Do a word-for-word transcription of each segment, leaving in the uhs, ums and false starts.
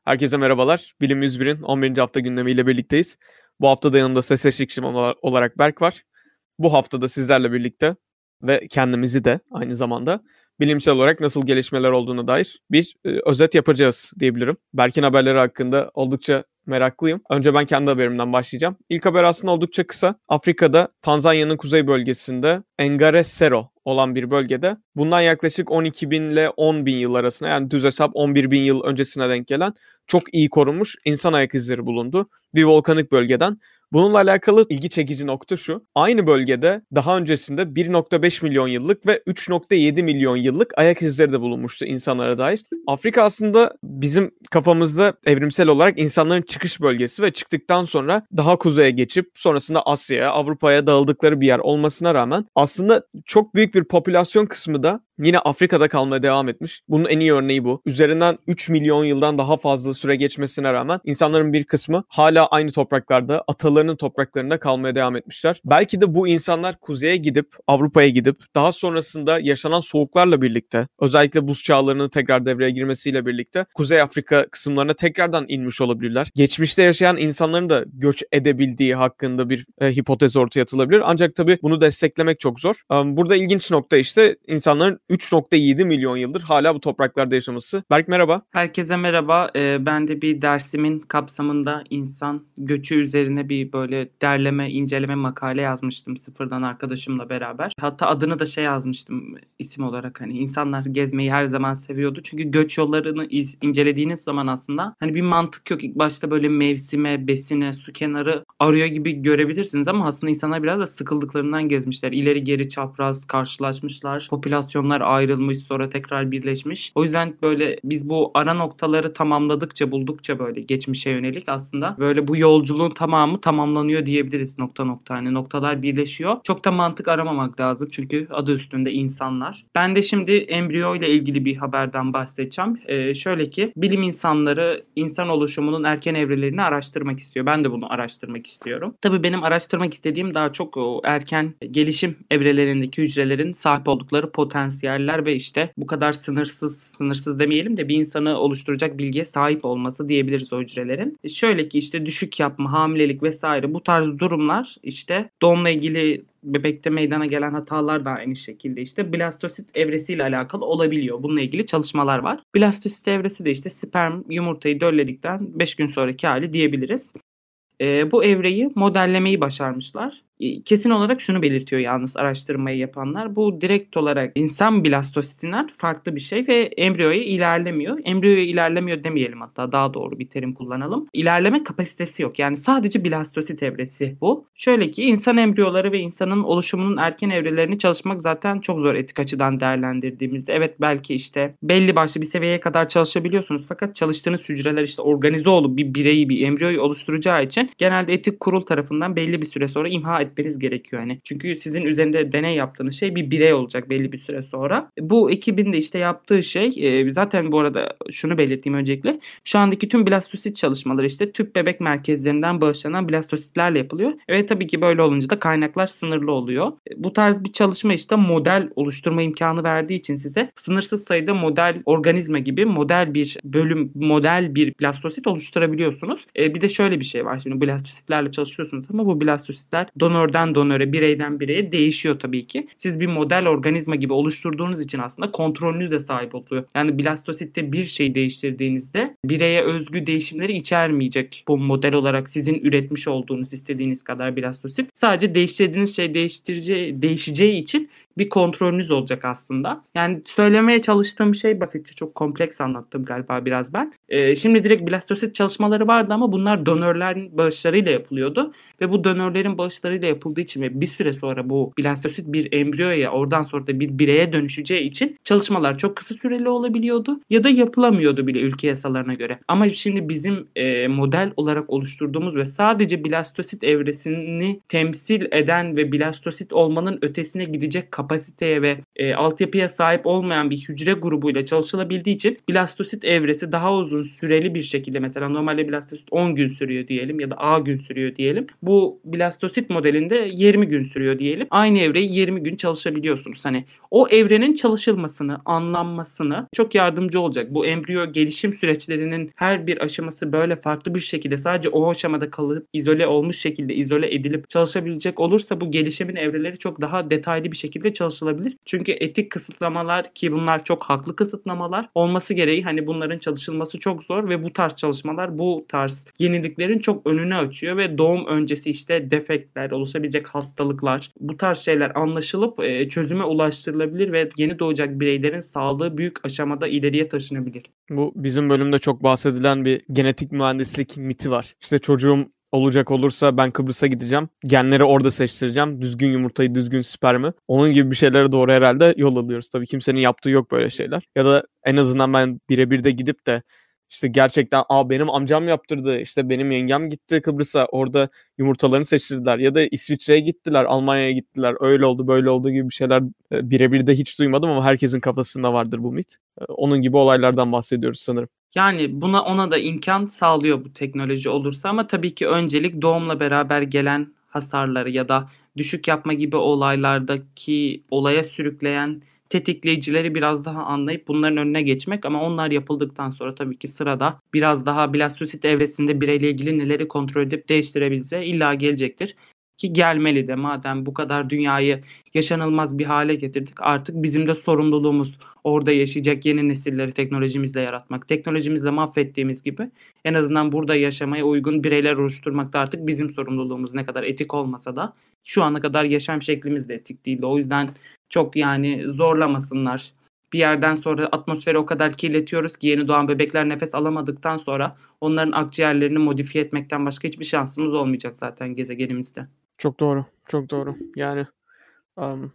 Herkese merhabalar. Bilim yüz birin on birinci hafta gündemiyle birlikteyiz. Bu hafta da yanımda ses eşlikçim ola- olarak Berk var. Bu hafta da sizlerle birlikte ve kendimizi de aynı zamanda bilimsel olarak nasıl gelişmeler olduğuna dair bir e, özet yapacağız diyebilirim. Berk'in haberleri hakkında oldukça meraklıyım. Önce ben kendi haberimden başlayacağım. İlk haber aslında oldukça kısa. Afrika'da Tanzanya'nın kuzey bölgesinde Engaresero olan bir bölgede bundan yaklaşık on iki bin ile on bin yıl arasında, yani düz hesap on bir bin yıl öncesine denk gelen çok iyi korunmuş insan ayak izleri bulundu bir volkanik bölgeden. Bununla alakalı ilgi çekici nokta şu: aynı bölgede daha öncesinde bir nokta beş milyon yıllık ve üç nokta yedi milyon yıllık ayak izleri de bulunmuştu insanlara dair. Afrika aslında bizim kafamızda evrimsel olarak insanların çıkış bölgesi ve çıktıktan sonra daha kuzeye geçip sonrasında Asya'ya, Avrupa'ya dağıldıkları bir yer olmasına rağmen aslında çok büyük bir popülasyon kısmı da yine Afrika'da kalmaya devam etmiş. Bunun en iyi örneği bu. Üzerinden üç milyon yıldan daha fazla süre geçmesine rağmen insanların bir kısmı hala aynı topraklarda, atalarının topraklarında kalmaya devam etmişler. Belki de bu insanlar kuzeye gidip, Avrupa'ya gidip daha sonrasında yaşanan soğuklarla birlikte, özellikle buz çağlarının tekrar devreye girmesiyle birlikte Kuzey Afrika kısımlarına tekrardan inmiş olabilirler. Geçmişte yaşayan insanların da göç edebildiği hakkında bir e, hipotez ortaya atılabilir. Ancak tabii bunu desteklemek çok zor. Um, burada ilginç nokta işte insanların üç nokta yedi milyon yıldır hala bu topraklarda yaşaması. Berk merhaba. Herkese merhaba. Ee, ben de bir dersimin kapsamında insan göçü üzerine bir böyle derleme, inceleme makale yazmıştım sıfırdan arkadaşımla beraber. Hatta adını da şey yazmıştım isim olarak, hani insanlar gezmeyi her zaman seviyordu. Çünkü göç yollarını iz- incelediğiniz zaman aslında hani bir mantık yok. İlk başta böyle mevsime, besine, su kenarı arıyor gibi görebilirsiniz ama aslında insanlar biraz da sıkıldıklarından gezmişler. İleri geri çapraz karşılaşmışlar. Popülasyonlar ayrılmış, sonra tekrar birleşmiş. O yüzden böyle biz bu ara noktaları tamamladıkça, buldukça böyle geçmişe yönelik aslında böyle bu yolculuğun tamamı tamamlanıyor diyebiliriz nokta nokta. Hani noktalar birleşiyor. Çok da mantık aramamak lazım çünkü adı üstünde insanlar. Ben de şimdi embriyo ile ilgili bir haberden bahsedeceğim. Ee, şöyle ki bilim insanları insan oluşumunun erken evrelerini araştırmak istiyor. Ben de bunu araştırmak istiyorum. Tabii benim araştırmak istediğim daha çok o erken gelişim evrelerindeki hücrelerin sahip oldukları potansiyeller ve işte bu kadar sınırsız, sınırsız demeyelim de bir insanı oluşturacak bilgiye sahip olması diyebiliriz o hücrelerin. E şöyle ki işte düşük yapma, hamilelik vesaire bu tarz durumlar işte doğumla ilgili bebekte meydana gelen hatalar da aynı şekilde işte blastosit evresiyle alakalı olabiliyor. Bununla ilgili çalışmalar var. Blastosit evresi de işte sperm yumurtayı dölledikten beş gün sonraki hali diyebiliriz. E, bu evreyi modellemeyi başarmışlar. E, kesin olarak şunu belirtiyor yalnız araştırmayı yapanlar. Bu direkt olarak insan blastositinden farklı bir şey ve embriyoya ilerlemiyor. Embriyoya ilerlemiyor demeyelim, hatta daha doğru bir terim kullanalım. İlerleme kapasitesi yok. Yani sadece blastosit evresi bu. Şöyle ki insan embriyoları ve insanın oluşumunun erken evrelerini çalışmak zaten çok zor etik açıdan değerlendirdiğimizde. Evet, belki işte belli başlı bir seviyeye kadar çalışabiliyorsunuz fakat çalıştığınız hücreler işte organize olup bir bireyi, bir embriyoyu oluşturacağı için genelde etik kurul tarafından belli bir süre sonra imha etmeniz gerekiyor yani. Çünkü sizin üzerinde deney yaptığınız şey bir birey olacak belli bir süre sonra. Bu ekibin de işte yaptığı şey e, zaten bu arada şunu belirteyim öncelikle. Şu andaki tüm blastosit çalışmaları işte tüp bebek merkezlerinden bağışlanan blastositlerle yapılıyor. Evet, tabii ki böyle olunca da kaynaklar sınırlı oluyor. Bu tarz bir çalışma işte model oluşturma imkanı verdiği için size sınırsız sayıda model organizma gibi model bir bölüm, model bir blastosit oluşturabiliyorsunuz. E, bir de şöyle bir şey var. Şimdi blastositlerle çalışıyorsunuz ama bu blastositler donörden donöre, bireyden bireye değişiyor tabii ki. Siz bir model organizma gibi oluşturduğunuz için aslında kontrolünüz de sahip oluyor. Yani blastositte bir şey değiştirdiğinizde bireye özgü değişimleri içermeyecek bu model olarak sizin üretmiş olduğunuz istediğiniz kadar blastosit. Sadece değiştirdiğiniz şey değiştireceği, değişeceği için bir kontrolünüz olacak aslında. Yani söylemeye çalıştığım şey basitçe, çok kompleks anlattım galiba biraz ben. Ee, şimdi direkt blastosit çalışmaları vardı ama bunlar donörlerin bağışlarıyla yapılıyordu. Ve bu donörlerin bağışlarıyla yapıldığı için ve bir süre sonra bu blastosit bir embriyoya, oradan sonra da bir bireye dönüşeceği için çalışmalar çok kısa süreli olabiliyordu ya da yapılamıyordu bile ülke yasalarına göre. Ama şimdi bizim e, model olarak oluşturduğumuz ve sadece blastosit evresini temsil eden ve blastosit olmanın ötesine gidecek kapasiteye ve e, altyapıya sahip olmayan bir hücre grubuyla çalışılabildiği için blastosit evresi daha uzun süreli bir şekilde, mesela normalde blastosit on gün sürüyor diyelim ya da A gün sürüyor diyelim. Bu blastosit modelinde yirmi gün sürüyor diyelim. Aynı evreyi yirmi gün çalışabiliyorsunuz. Hani o evrenin çalışılmasını, anlanmasını çok yardımcı olacak. Bu embriyo gelişim süreçlerinin her bir aşaması böyle farklı bir şekilde sadece o aşamada kalıp izole olmuş şekilde izole edilip çalışabilecek olursa bu gelişimin evreleri çok daha detaylı bir şekilde çalışılabilir. Çünkü etik kısıtlamalar, ki bunlar çok haklı kısıtlamalar olması gereği, hani bunların çalışılması çok zor ve bu tarz çalışmalar bu tarz yeniliklerin çok önünü açıyor ve doğum öncesi işte defektler, oluşabilecek hastalıklar, bu tarz şeyler anlaşılıp e, çözüme ulaştırılabilir ve yeni doğacak bireylerin sağlığı büyük aşamada ileriye taşınabilir. Bu bizim bölümde çok bahsedilen bir genetik mühendislik miti var. İşte çocuğum olacak olursa ben Kıbrıs'a gideceğim. Genleri orada seçtireceğim. Düzgün yumurtayı, düzgün spermi. Onun gibi bir şeylere doğru herhalde yol alıyoruz. Tabii kimsenin yaptığı yok böyle şeyler. Ya da en azından ben birebir de gidip de işte gerçekten Aa, benim amcam yaptırdı, işte benim yengem gitti Kıbrıs'a, orada yumurtalarını seçtirdiler. Ya da İsviçre'ye gittiler, Almanya'ya gittiler. Öyle oldu, böyle oldu gibi bir şeyler e, birebir de hiç duymadım ama herkesin kafasında vardır bu mit. E, Onun gibi olaylardan bahsediyoruz sanırım. Yani buna ona da imkan sağlıyor bu teknoloji olursa, ama tabii ki öncelik doğumla beraber gelen hasarları ya da düşük yapma gibi olaylardaki olaya sürükleyen tetikleyicileri biraz daha anlayıp bunların önüne geçmek, ama onlar yapıldıktan sonra tabii ki sırada biraz daha blastosit evresinde bireyle ilgili neleri kontrol edip değiştirebileceği illa gelecektir. Ki gelmeli de, madem bu kadar dünyayı yaşanılmaz bir hale getirdik, artık bizim de sorumluluğumuz orada yaşayacak yeni nesilleri teknolojimizle yaratmak. Teknolojimizle mahvettiğimiz gibi en azından burada yaşamaya uygun bireyler oluşturmak da artık bizim sorumluluğumuz. Ne kadar etik olmasa da şu ana kadar yaşam şeklimiz de etik değildi. O yüzden çok yani zorlamasınlar. Bir yerden sonra atmosferi o kadar kirletiyoruz ki yeni doğan bebekler nefes alamadıktan sonra onların akciğerlerini modifiye etmekten başka hiçbir şansımız olmayacak zaten gezegenimizde. Çok doğru, çok doğru. Yani um,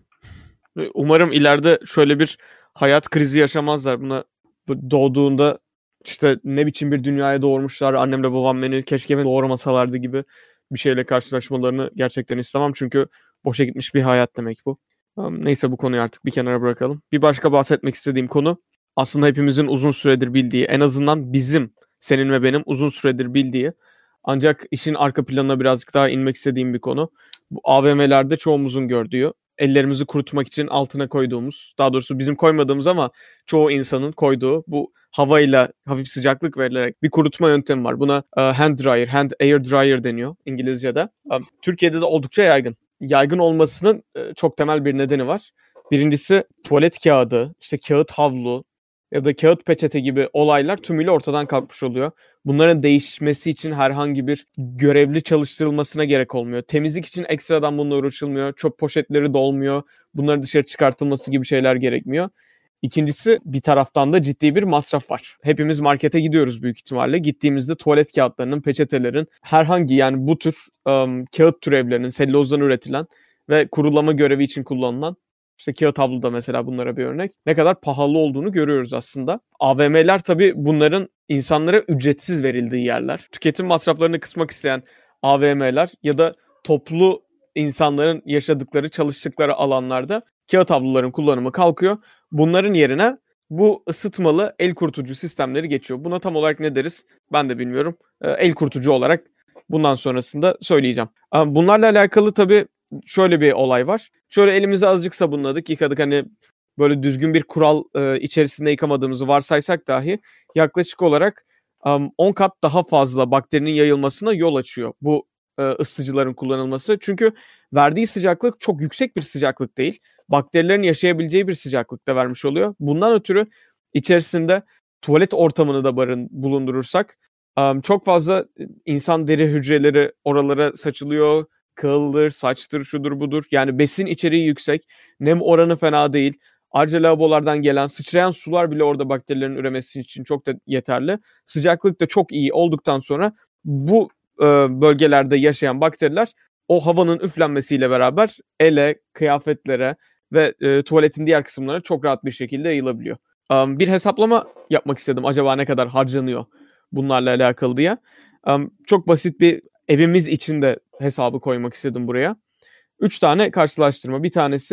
umarım ileride şöyle bir hayat krizi yaşamazlar. Buna bu doğduğunda işte ne biçim bir dünyaya doğurmuşlar, annemle babam beni keşke beni doğurmasalardı gibi bir şeyle karşılaşmalarını gerçekten istemem. Çünkü boşa gitmiş bir hayat demek bu. Um, neyse, bu konuyu artık bir kenara bırakalım. Bir başka bahsetmek istediğim konu aslında hepimizin uzun süredir bildiği, en azından bizim, senin ve benim uzun süredir bildiği, ancak işin arka planına birazcık daha inmek istediğim bir konu. Bu A V M'lerde çoğumuzun gördüğü, ellerimizi kurutmak için altına koyduğumuz, daha doğrusu bizim koymadığımız ama çoğu insanın koyduğu bu havayla hafif sıcaklık verilerek bir kurutma yöntemi var. Buna e, hand dryer, hand air dryer deniyor İngilizce'de. E, Türkiye'de de oldukça yaygın. Yaygın olmasının e, çok temel bir nedeni var. Birincisi, tuvalet kağıdı, işte kağıt havlu ya da kağıt peçete gibi olaylar tümüyle ortadan kalkmış oluyor. Bunların değişmesi için herhangi bir görevli çalıştırılmasına gerek olmuyor. Temizlik için ekstradan bununla uğraşılmıyor. Çöp poşetleri dolmuyor. Bunların dışarı çıkartılması gibi şeyler gerekmiyor. İkincisi, bir taraftan da ciddi bir masraf var. Hepimiz markete gidiyoruz büyük ihtimalle. Gittiğimizde tuvalet kağıtlarının, peçetelerin, herhangi yani bu tür um, kağıt türevlerinin, sellozdan üretilen ve kurulama görevi için kullanılan, işte kağıt havlu da mesela bunlara bir örnek, ne kadar pahalı olduğunu görüyoruz aslında. A V M'ler tabii bunların insanlara ücretsiz verildiği yerler. Tüketim masraflarını kısmak isteyen A V M'ler ya da toplu insanların yaşadıkları, çalıştıkları alanlarda kağıt havluların kullanımı kalkıyor. Bunların yerine bu ısıtmalı el kurutucu sistemleri geçiyor. Buna tam olarak ne deriz ben de bilmiyorum. El kurutucu olarak bundan sonrasında söyleyeceğim. Bunlarla alakalı tabii şöyle bir olay var. Şöyle elimizi azıcık sabunladık, yıkadık, hani böyle düzgün bir kural e, içerisinde yıkamadığımızı varsaysak dahi yaklaşık olarak um, on kat daha fazla bakterinin yayılmasına yol açıyor bu e, ısıtıcıların kullanılması. Çünkü verdiği sıcaklık çok yüksek bir sıcaklık değil. Bakterilerin yaşayabileceği bir sıcaklıkta vermiş oluyor. Bundan ötürü içerisinde tuvalet ortamını da barın bulundurursak um, çok fazla insan deri hücreleri oralara saçılıyor. Kıldır, saçtır, şudur budur. Yani besin içeriği yüksek. Nem oranı fena değil. Ayrıca lavabolardan gelen sıçrayan sular bile orada bakterilerin üremesi için çok da yeterli. Sıcaklık da çok iyi olduktan sonra bu e, bölgelerde yaşayan bakteriler o havanın üflenmesiyle beraber ele, kıyafetlere ve e, tuvaletin diğer kısımlarına çok rahat bir şekilde yayılabiliyor. Um, bir hesaplama yapmak istedim. Acaba ne kadar harcanıyor bunlarla alakalı diye. Um, çok basit bir evimiz için de hesabı koymak istedim buraya. Üç tane karşılaştırma. Bir tanesi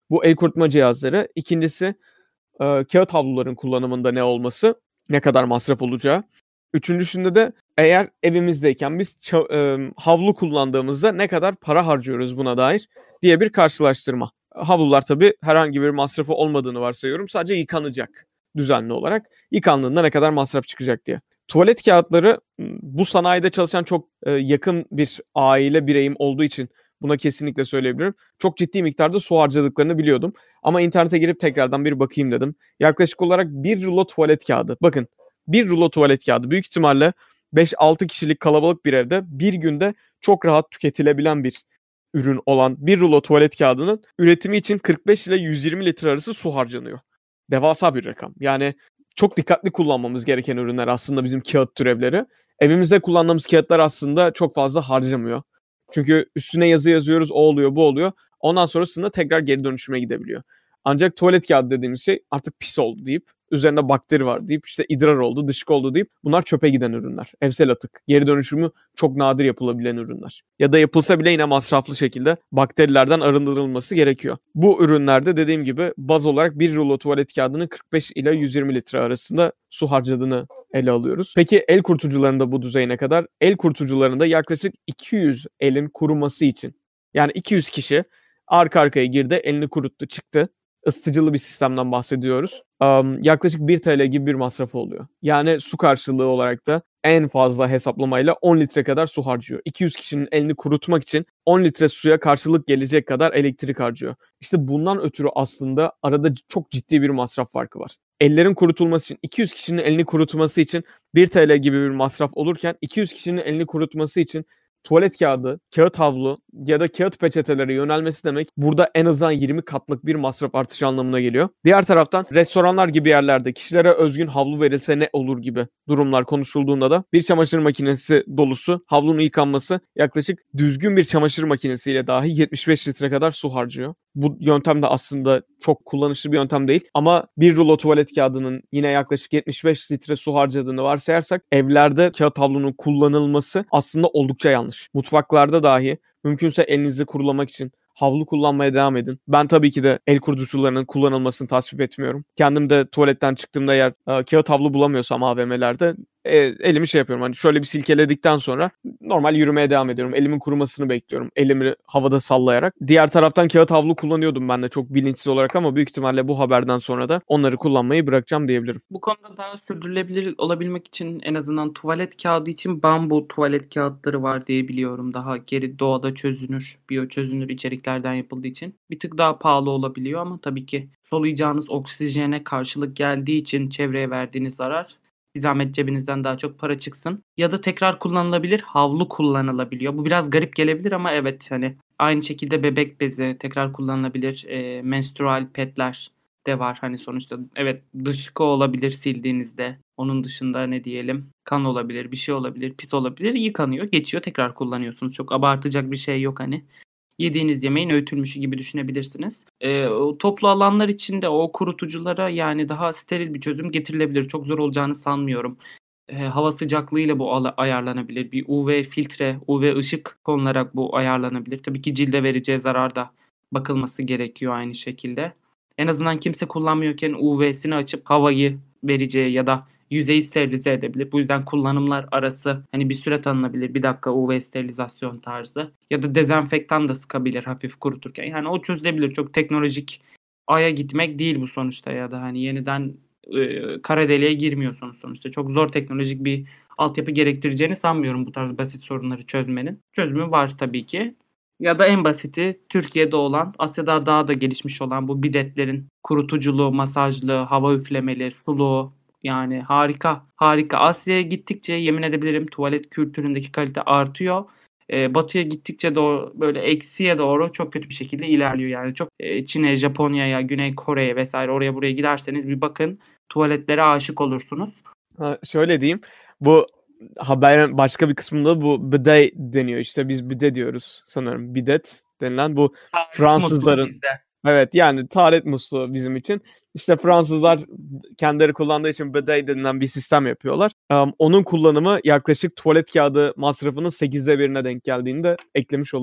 bu el kurutma cihazları. İkincisi e, kağıt havluların kullanımında ne olması, ne kadar masraf olacağı. Üçüncüsünde de eğer evimizdeyken biz ça- e, havlu kullandığımızda ne kadar para harcıyoruz buna dair diye bir karşılaştırma. Havlular tabii herhangi bir masrafı olmadığını varsayıyorum. Sadece yıkanacak düzenli olarak. Yıkandığında ne kadar masraf çıkacak diye. Tuvalet kağıtları bu sanayide çalışan çok e, yakın bir aile bireyim olduğu için buna kesinlikle söyleyebilirim. Çok ciddi miktarda su harcadıklarını biliyordum. Ama internete girip tekrardan bir bakayım dedim. Yaklaşık olarak bir rulo tuvalet kağıdı. Bakın bir rulo tuvalet kağıdı büyük ihtimalle beş altı kişilik kalabalık bir evde bir günde çok rahat tüketilebilen bir ürün olan bir rulo tuvalet kağıdının üretimi için kırk beş ile yüz yirmi litre arası su harcanıyor. Devasa bir rakam. Yani çok dikkatli kullanmamız gereken ürünler aslında bizim kağıt türevleri. Evimizde kullandığımız kağıtlar aslında çok fazla harcamıyor. Çünkü üstüne yazı yazıyoruz, o oluyor, bu oluyor. Ondan sonrasında tekrar geri dönüşüme gidebiliyor. Ancak tuvalet kağıdı dediğimiz şey artık pis oldu deyip, üzerinde bakteri var deyip, işte idrar oldu, dışkı oldu deyip bunlar çöpe giden ürünler. Evsel atık. Geri dönüşümü çok nadir yapılabilen ürünler. Ya da yapılsa bile yine masraflı şekilde bakterilerden arındırılması gerekiyor. Bu ürünlerde dediğim gibi baz olarak bir rulo tuvalet kağıdının kırk beş ile yüz yirmi litre arasında su harcadığını ele alıyoruz. Peki el kurtucularında bu düzey ne kadar? El kurtucularında yaklaşık iki yüz elin kuruması için. Yani iki yüz kişi arka arkaya girdi, elini kuruttu, çıktı. Isıtıcılı bir sistemden bahsediyoruz. Um, yaklaşık bir T L gibi bir masrafı oluyor. Yani su karşılığı olarak da en fazla hesaplamayla on litre kadar su harcıyor. iki yüz kişinin elini kurutmak için on litre suya karşılık gelecek kadar elektrik harcıyor. İşte bundan ötürü aslında arada çok ciddi bir masraf farkı var. Ellerin kurutulması için, iki yüz kişinin elini kurutması için bir T L gibi bir masraf olurken iki yüz kişinin elini kurutması için tuvalet kağıdı, kağıt havlu ya da kağıt peçetelere yönelmesi demek burada en azından yirmi katlık bir masraf artışı anlamına geliyor. Diğer taraftan restoranlar gibi yerlerde kişilere özgün havlu verilse ne olur gibi durumlar konuşulduğunda da bir çamaşır makinesi dolusu havlunun yıkanması yaklaşık düzgün bir çamaşır makinesiyle dahi yetmiş beş litre kadar su harcıyor. Bu yöntem de aslında çok kullanışlı bir yöntem değil ama bir rulo tuvalet kağıdının yine yaklaşık yetmiş beş litre su harcadığını varsayarsak evlerde kağıt havlunun kullanılması aslında oldukça yanlış. Mutfaklarda dahi mümkünse elinizi kurulamak için havlu kullanmaya devam edin. Ben tabii ki de el kurutucularının kullanılmasını tasvip etmiyorum. Kendim de tuvaletten çıktığımda eğer e, kağıt havlu bulamıyorsam A V M'lerde e, elimi şey yapıyorum. Hani şöyle bir silkeledikten sonra normal yürümeye devam ediyorum. Elimin kurumasını bekliyorum. Elimi havada sallayarak. Diğer taraftan kağıt havlu kullanıyordum ben de çok bilinçsiz olarak ama büyük ihtimalle bu haberden sonra da onları kullanmayı bırakacağım diyebilirim. Bu konuda daha sürdürülebilir olabilmek için en azından tuvalet kağıdı için bambu tuvalet kağıtları var diye biliyorum. Daha geri doğada çözünür, biyoçözünür içeriklerden yapıldığı için bir tık daha pahalı olabiliyor ama tabii ki soluyacağınız oksijene karşılık geldiği için çevreye verdiğiniz zarar bir zahmet cebinizden daha çok para çıksın. Ya da tekrar kullanılabilir havlu kullanılabiliyor. Bu biraz garip gelebilir ama evet hani aynı şekilde bebek bezi tekrar kullanılabilir e, menstrual petler de var. Hani sonuçta evet dışkı olabilir sildiğinizde. Onun dışında ne diyelim kan olabilir, bir şey olabilir, pis olabilir. Yıkanıyor, geçiyor, tekrar kullanıyorsunuz. Çok abartacak bir şey yok hani. Yediğiniz yemeğin öğütülmüşü gibi düşünebilirsiniz. E, toplu alanlar için de o kurutuculara yani daha steril bir çözüm getirilebilir. Çok zor olacağını sanmıyorum. E, hava sıcaklığıyla bu ala- ayarlanabilir. Bir U V filtre, U V ışık konularak bu ayarlanabilir. Tabii ki cilde vereceği zarar da bakılması gerekiyor aynı şekilde. En azından kimse kullanmıyorken U V'sini açıp havayı vereceği ya da yüzeyi sterilize edebilir. Bu yüzden kullanımlar arası hani bir süre tanınabilir. Bir dakika U V sterilizasyon tarzı. Ya da dezenfektan da sıkabilir hafif kuruturken. Yani o çözülebilir. Çok teknolojik aya gitmek değil bu sonuçta ya da hani yeniden e, kara deliğe girmiyorsunuz sonuçta. Çok zor teknolojik bir altyapı gerektireceğini sanmıyorum bu tarz basit sorunları çözmenin. Çözümü var tabii ki. Ya da en basiti Türkiye'de olan, Asya'da daha da gelişmiş olan bu bidetlerin kurutuculuğu, masajlı, hava üflemeli, sulu yani harika. Harika. Asya'ya gittikçe yemin edebilirim tuvalet kültüründeki kalite artıyor. Ee, batı'ya gittikçe doğru, böyle eksiye doğru çok kötü bir şekilde ilerliyor. Yani çok e, Çin'e, Japonya'ya, Güney Kore'ye vesaire oraya buraya giderseniz bir bakın tuvaletlere aşık olursunuz. Ha, şöyle diyeyim. Bu haberin başka bir kısmında bu bidet deniyor. İşte biz bidet diyoruz sanırım. Bidet denilen bu Taharet Fransızların musluğu bizde. evet yani taharet musluğu bizim için. İşte Fransızlar kendileri kullandığı için bidet denilen bir sistem yapıyorlar. Um, onun kullanımı yaklaşık tuvalet kağıdı masrafının sekizde birine denk geldiğini de eklemiş olayım.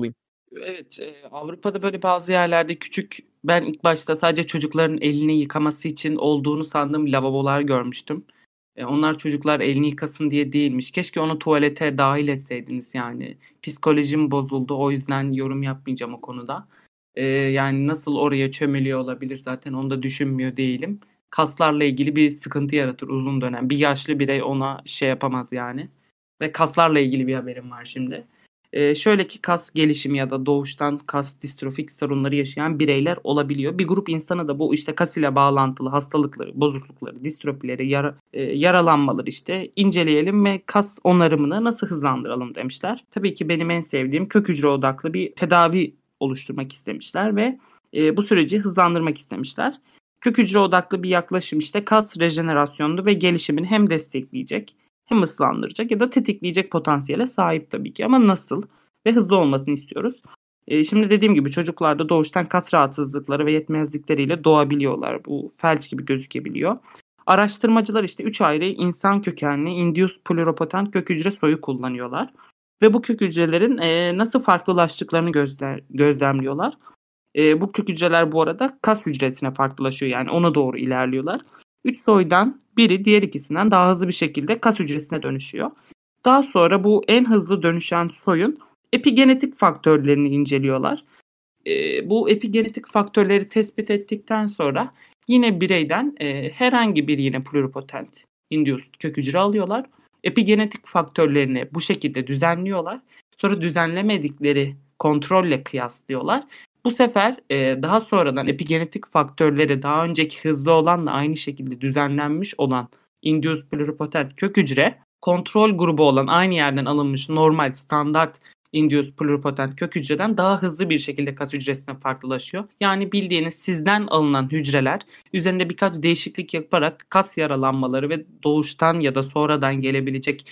Evet, eee, Avrupa'da böyle bazı yerlerde küçük, ben ilk başta sadece çocukların elini yıkaması için olduğunu sandığım lavabolar görmüştüm. Eee, onlar çocuklar elini yıkasın diye değilmiş. Keşke onu tuvalete dahil etseydiniz yani. Psikolojim bozuldu. O yüzden yorum yapmayacağım o konuda. Eee, yani nasıl oraya çömeliyor olabilir zaten onu da düşünmüyor değilim. Kaslarla ilgili bir sıkıntı yaratır uzun dönem. Bir yaşlı birey ona şey yapamaz yani. Ve kaslarla ilgili bir haberim var şimdi. Eee, şöyle ki kas gelişimi ya da doğuştan kas distrofik sorunları yaşayan bireyler olabiliyor. Bir grup insana da bu işte kas ile bağlantılı hastalıkları, bozuklukları, distrofileri, yara, eee, yaralanmaları işte inceleyelim ve kas onarımını nasıl hızlandıralım demişler. Tabii ki benim en sevdiğim kök hücre odaklı bir tedavi oluşturmak istemişler ve eee, bu süreci hızlandırmak istemişler. Kök hücre odaklı bir yaklaşım işte kas rejenerasyonunu ve gelişimini hem destekleyecek hem hızlandıracak ya da tetikleyecek potansiyele sahip tabii ki ama nasıl ve hızlı olmasını istiyoruz. Eee, şimdi dediğim gibi çocuklarda doğuştan kas rahatsızlıkları ve yetmezlikleriyle doğabiliyorlar. Bu felç gibi gözükebiliyor. Araştırmacılar işte üç ayrı insan kökenli induced pluripotent kök hücre soyu kullanıyorlar. Ve bu kök hücrelerin eee, nasıl farklılaştıklarını gözler, gözlemliyorlar. Eee, bu kök hücreler bu arada kas hücresine farklılaşıyor yani ona doğru ilerliyorlar. Üç soydan biri diğer ikisinden daha hızlı bir şekilde kas hücresine dönüşüyor. Daha sonra bu en hızlı dönüşen soyun epigenetik faktörlerini inceliyorlar. Eee, bu epigenetik faktörleri tespit ettikten sonra yine bireyden eee, herhangi bir yine pluripotent induced kök hücre alıyorlar. Epigenetik faktörlerini bu şekilde düzenliyorlar. Sonra düzenlemedikleri kontrolle kıyaslıyorlar. Bu sefer eee, daha sonradan epigenetik faktörleri daha önceki hızlı olanla aynı şekilde düzenlenmiş olan induced pluripotent kök hücre kontrol grubu olan aynı yerden alınmış normal standart induced pluripotent kök hücreden daha hızlı bir şekilde kas hücresine farklılaşıyor. Yani bildiğiniz sizden alınan hücreler üzerinde birkaç değişiklik yaparak kas yaralanmaları ve doğuştan ya da sonradan gelebilecek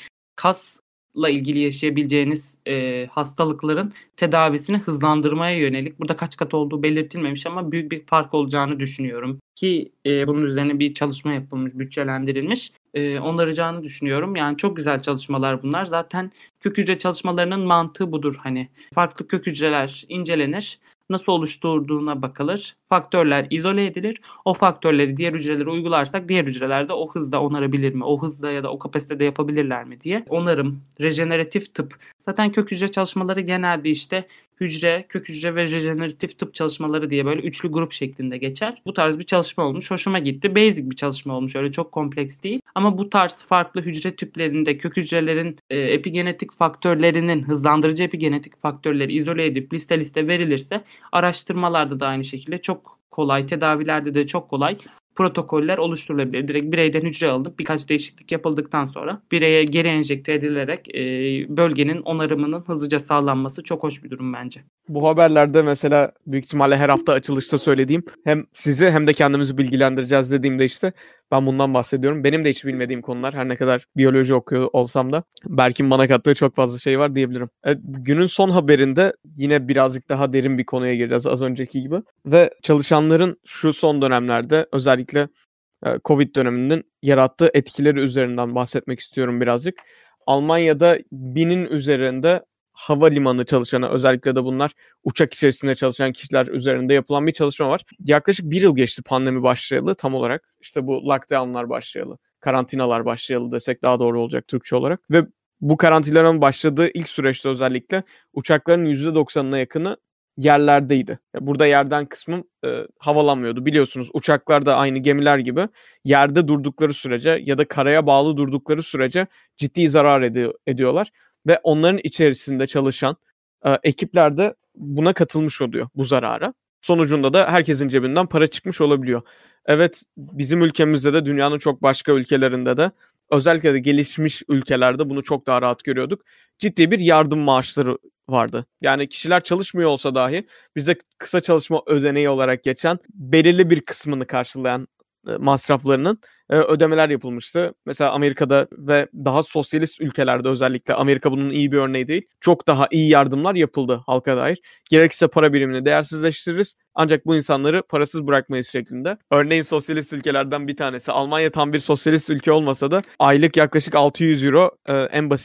kasla ilgili yaşayabileceğiniz e, hastalıkların tedavisini hızlandırmaya yönelik. Burada kaç kat olduğu belirtilmemiş ama büyük bir fark olacağını düşünüyorum. Ki e, bunun üzerine bir çalışma yapılmış, bütçelendirilmiş. E, onaracağını düşünüyorum. Yani çok güzel çalışmalar bunlar. Zaten kök hücre çalışmalarının mantığı budur. Hani farklı kök hücreler incelenir. Nasıl oluşturduğuna bakılır. Faktörler izole edilir. O faktörleri diğer hücrelere uygularsak diğer hücrelerde o hızda onarabilir mi? O hızda ya da o kapasitede yapabilirler mi diye. Onarım, rejeneratif tıp. Zaten kök hücre çalışmaları genelde işte hücre, kök hücre ve rejeneratif tıp çalışmaları diye böyle üçlü grup şeklinde geçer. Bu tarz bir çalışma olmuş. Hoşuma gitti. Basic bir çalışma olmuş. Öyle çok kompleks değil. Ama bu tarz farklı hücre tiplerinde kök hücrelerin e, epigenetik faktörlerinin hızlandırıcı epigenetik faktörleri izole edip liste liste verilirse araştırmalarda da aynı şekilde çok kolay, tedavilerde de çok kolay protokoller oluşturulabilir. Direkt bireyden hücre alınıp birkaç değişiklik yapıldıktan sonra bireye geri enjekte edilerek e, bölgenin onarımının hızlıca sağlanması çok hoş bir durum bence. Bu haberlerde mesela büyük ihtimalle her hafta açılışta söylediğim hem sizi hem de kendimizi bilgilendireceğiz dediğimde işte ben bundan bahsediyorum. Benim de hiç bilmediğim konular her ne kadar biyoloji okuyor olsam da Berk'in bana kattığı çok fazla şey var diyebilirim. Evet, günün son haberinde yine birazcık daha derin bir konuya gireceğiz az önceki gibi. Ve çalışanların şu son dönemlerde özellikle Covid döneminin yarattığı etkileri üzerinden bahsetmek istiyorum birazcık. Almanya'da binin üzerinde havalimanı çalışanı, özellikle de bunlar uçak içerisinde çalışan kişiler üzerinde yapılan bir çalışma var. Yaklaşık bir yıl geçti pandemi başlayalı tam olarak. İşte bu lockdownlar başlayalı, karantinalar başlayalı desek daha doğru olacak Türkçe olarak. Ve bu karantinanın başladığı ilk süreçte özellikle uçakların yüzde doksanına yakını yerlerdeydi. Burada yerden kısmı e, havalanmıyordu. Biliyorsunuz uçaklar da aynı gemiler gibi yerde durdukları sürece ya da karaya bağlı durdukları sürece ciddi zarar edi- ediyorlar. Ve onların içerisinde çalışan e, ekipler de buna katılmış oluyor bu zarara. Sonucunda da herkesin cebinden para çıkmış olabiliyor. Evet, bizim ülkemizde de dünyanın çok başka ülkelerinde de özellikle de gelişmiş ülkelerde bunu çok daha rahat görüyorduk. Ciddi bir yardım maaşları vardı. Yani kişiler çalışmıyor olsa dahi bize kısa çalışma ödeneği olarak geçen belirli bir kısmını karşılayan e, masraflarının e, ödemeler yapılmıştı. Mesela Amerika'da ve daha sosyalist ülkelerde özellikle Amerika bunun iyi bir örneği değil. Çok daha iyi yardımlar yapıldı halka dair. Gerekirse para birimini değersizleştiririz ancak bu insanları parasız bırakmayız şeklinde. Örneğin sosyalist ülkelerden bir tanesi. Almanya tam bir sosyalist ülke olmasa da aylık yaklaşık altı yüz euro e, en basit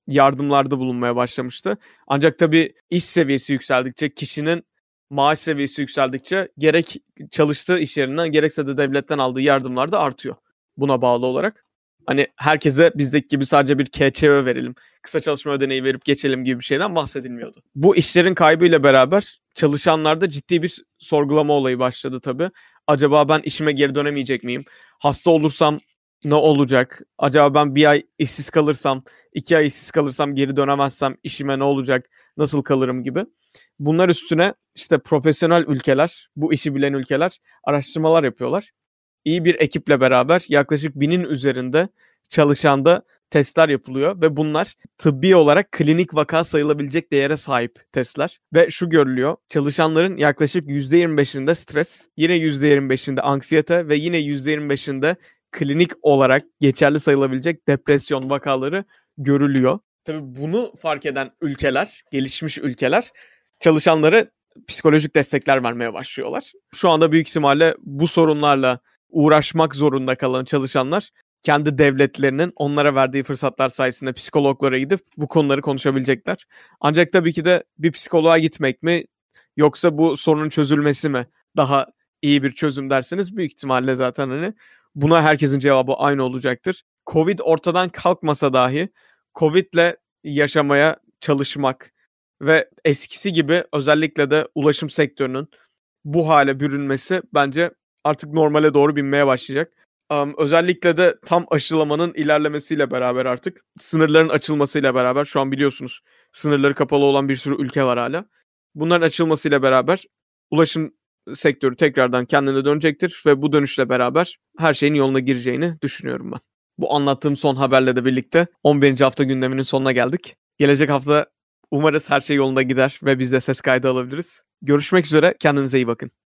yardımlarda bulunmaya başlamıştı. Ancak tabii iş seviyesi yükseldikçe, kişinin maaş seviyesi yükseldikçe gerek çalıştığı iş yerinden gerekse de devletten aldığı yardımlar da artıyor buna bağlı olarak. Hani herkese bizdeki gibi sadece bir K Ç Ö verelim, kısa çalışma ödeneği verip geçelim gibi bir şeyden bahsedilmiyordu. Bu işlerin kaybıyla beraber çalışanlarda ciddi bir sorgulama olayı başladı tabii. Acaba ben işime geri dönemeyecek miyim? Hasta olursam ne olacak? Acaba ben bir ay işsiz kalırsam, iki ay işsiz kalırsam, geri dönemezsem işime ne olacak? Nasıl kalırım gibi. Bunlar üstüne işte profesyonel ülkeler, bu işi bilen ülkeler araştırmalar yapıyorlar. İyi bir ekiple beraber yaklaşık binin üzerinde çalışanda testler yapılıyor ve bunlar tıbbi olarak klinik vaka sayılabilecek değere sahip testler. Ve şu görülüyor, çalışanların yaklaşık yüzde yirmi beşinde stres, yine yüzde yirmi beşinde anksiyete ve yine yüzde yirmi beşinde klinik olarak geçerli sayılabilecek depresyon vakaları görülüyor. Tabii bunu fark eden ülkeler, gelişmiş ülkeler çalışanlara psikolojik destekler vermeye başlıyorlar. Şu anda büyük ihtimalle bu sorunlarla uğraşmak zorunda kalan çalışanlar kendi devletlerinin onlara verdiği fırsatlar sayesinde psikologlara gidip bu konuları konuşabilecekler. Ancak tabii ki de bir psikoloğa gitmek mi yoksa bu sorunun çözülmesi mi daha iyi bir çözüm derseniz büyük ihtimalle zaten hani buna herkesin cevabı aynı olacaktır. Covid ortadan kalkmasa dahi Covid'le yaşamaya çalışmak ve eskisi gibi özellikle de ulaşım sektörünün bu hale bürünmesi bence artık normale doğru binmeye başlayacak. Um, özellikle de tam aşılamanın ilerlemesiyle beraber artık sınırların açılmasıyla beraber şu an biliyorsunuz sınırları kapalı olan bir sürü ülke var hala. Bunların açılmasıyla beraber ulaşım sektörü tekrardan kendine dönecektir ve bu dönüşle beraber her şeyin yoluna gireceğini düşünüyorum ben. Bu anlattığım son haberle de birlikte on birinci hafta gündeminin sonuna geldik. Gelecek hafta umarız her şey yolunda gider ve biz de ses kaydı alabiliriz. Görüşmek üzere, kendinize iyi bakın.